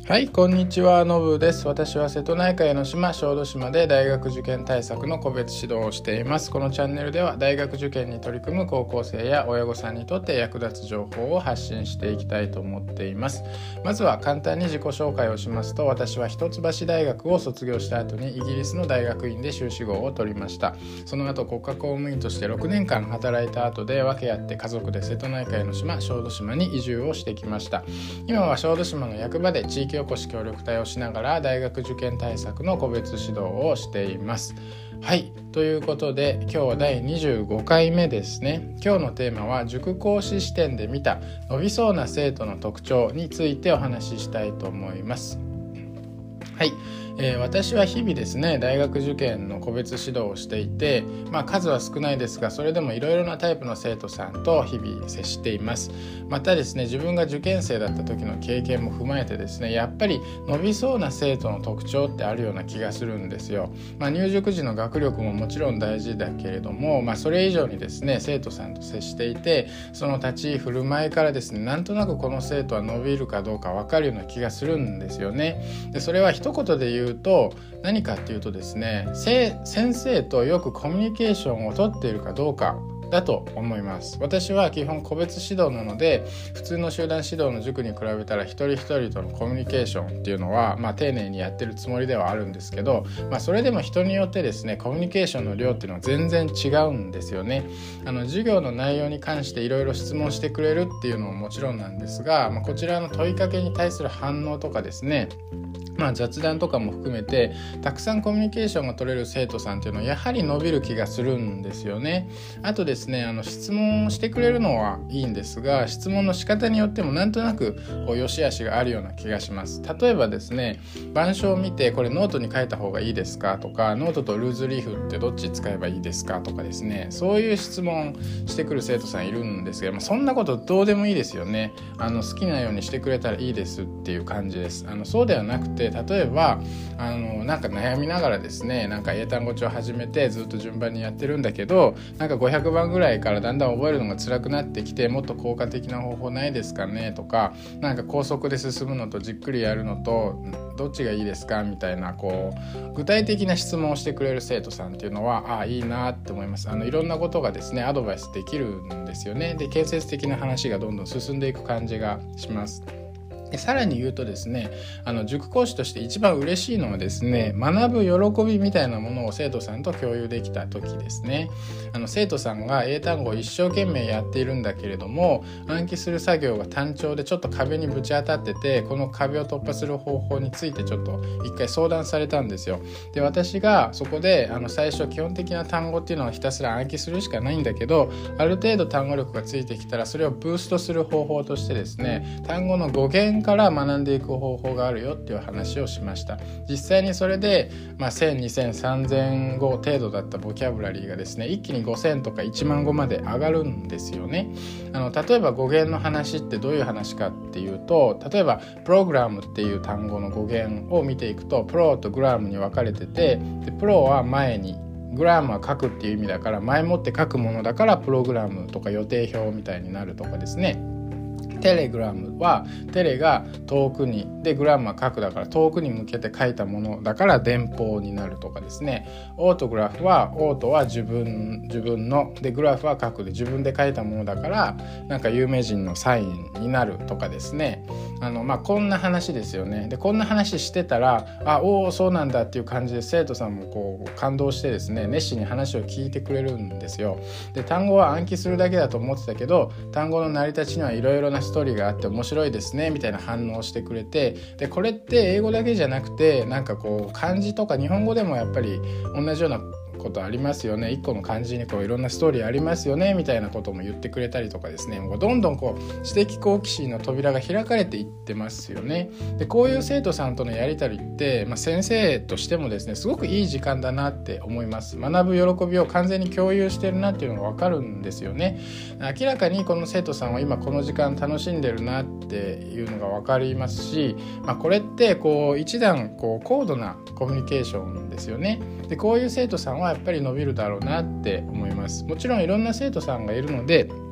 はい、こんにちは、のぶです。私は瀬戸内海の島、小豆島で大学受験対策の個別指導をしています。このチャンネルでは大学受験に取り組む高校生や親御さんにとって役立つ情報を発信していきたいと思っています。まずは簡単に自己紹介をしますと、私は一橋大学を卒業した後にイギリスの大学院で修士号を取りました。その後国家公務員として6年間働いた後で訳あって家族で瀬戸内海の島、小豆島に移住をしてきました。今は小豆島の役場で地域おこし協力隊をしながら大学受験対策の個別指導をしています。はい、ということで今日は第25回目ですね。今日のテーマは塾講師視点で見た伸びそうな生徒の特徴についてお話ししたいと思います。はい、私は日々ですね大学受験の個別指導をしていて、数は少ないですがそれでもいろいろなタイプの生徒さんと日々接しています。またですね自分が受験生だった時の経験も踏まえてですねやっぱり伸びそうな生徒の特徴ってあるような気がするんですよ。入塾時の学力ももちろん大事だけれども、それ以上にですね生徒さんと接していてその立ち居振る舞いからですねなんとなくこの生徒は伸びるかどうか分かるような気がするんですよね。でそれは一言で言うと何かっていうとですね先生とよくコミュニケーションをとっているかどうかだと思います。私は基本個別指導なので普通の集団指導の塾に比べたら一人一人とのコミュニケーションっていうのは、丁寧にやってるつもりではあるんですけど、それでも人によってですねコミュニケーションの量っていうのは全然違うんですよね。授業の内容に関していろいろ質問してくれるっていうのももちろんなんですが、こちらの問いかけに対する反応とかですね雑談とかも含めてたくさんコミュニケーションが取れる生徒さんっていうのはやはり伸びる気がするんですよね。あとですね質問してくれるのはいいんですが質問の仕方によってもなんとなく良し悪しがあるような気がします。例えばですね板書を見てこれノートに書いた方がいいですかとかノートとルーズリーフってどっち使えばいいですかとかですねそういう質問してくる生徒さんいるんですけど、そんなことどうでもいいですよね。好きなようにしてくれたらいいですっていう感じです。そうではなくて例えばなんか悩みながらですね英単語帳始めてずっと順番にやってるんだけど500番ぐらいからだんだん覚えるのが辛くなってきてもっと効果的な方法ないですかねとか高速で進むのとじっくりやるのとどっちがいいですかみたいな具体的な質問をしてくれる生徒さんっていうのはいいなって思います。いろんなことがですねアドバイスできるんですよね。で建設的な話がどんどん進んでいく感じがします。さらに言うとですね塾講師として一番嬉しいのはですね学ぶ喜びみたいなものを生徒さんと共有できた時ですね。生徒さんが英単語を一生懸命やっているんだけれども暗記する作業が単調でちょっと壁にぶち当たっててこの壁を突破する方法についてちょっと一回相談されたんですよ。で私がそこで最初基本的な単語っていうのはひたすら暗記するしかないんだけどある程度単語力がついてきたらそれをブーストする方法としてですね単語の語源から学んでいく方法があるよっていう話をしました。実際にそれで、1000、2000、3000語程度だったボキャブラリーがですね一気に5000とか1万語まで上がるんですよね。例えば語源の話ってどういう話かっていうと例えばプログラムっていう単語の語源を見ていくとプロとグラムに分かれててでプロは前にグラムは書くっていう意味だから前もって書くものだからプログラムとか予定表みたいになるとかですね。テレグラムはテレが遠くにでグラムは書くだから遠くに向けて書いたものだから電報になるとかですね。オートグラフはオートは自分のでグラフは書くで自分で書いたものだから有名人のサインになるとかですね。こんな話ですよね。でこんな話してたらそうなんだっていう感じで生徒さんも感動してですね熱心に話を聞いてくれるんですよ。で単語は暗記するだけだと思ってたけど単語の成り立ちにはいろいろなストーリーがあって面白いですねみたいな反応をしてくれてでこれって英語だけじゃなくて漢字とか日本語でもやっぱり同じようなことありますよね。一個の漢字にいろんなストーリーありますよねみたいなことも言ってくれたりとかですねどんどん知的好奇心の扉が開かれていってますよね。でこういう生徒さんとのやり取りって、先生としてもですねすごくいい時間だなって思います。学ぶ喜びを完全に共有してるなっていうのが分かるんですよね。明らかにこの生徒さんは今この時間楽しんでるなっていうのが分かりますし、これって一段高度なコミュニケーションですよね。でこういう生徒さんはやっぱり伸びるだろうなって思います。もちろんいろんな生徒さんがいるので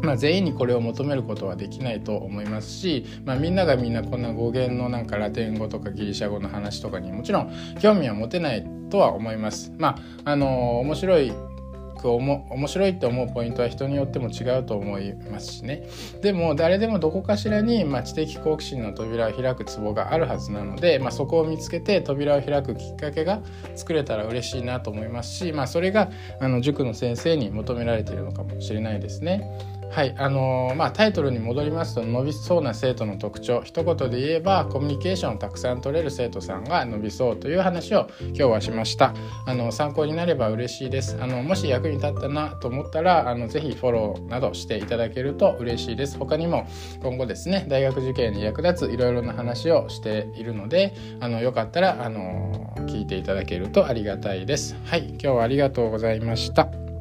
全員にこれを求めることはできないと思いますし、みんながみんなこんな語源のなんかラテン語とかギリシャ語の話とかにもちろん興味は持てないとは思います。面白いって思うポイントは人によっても違うと思いますしね。でも誰でもどこかしらに、知的好奇心の扉を開くツボがあるはずなので、そこを見つけて扉を開くきっかけが作れたら嬉しいなと思いますし、それが塾の先生に求められているのかもしれないですね。はい、タイトルに戻りますと、伸びそうな生徒の特徴、一言で言えばコミュニケーションをたくさん取れる生徒さんが伸びそうという話を今日はしました。参考になれば嬉しいです。もし役に立ったなと思ったらぜひフォローなどしていただけると嬉しいです。他にも今後ですね、大学受験に役立ついろいろな話をしているので、よかったら聞いていただけるとありがたいです。はい、今日はありがとうございました。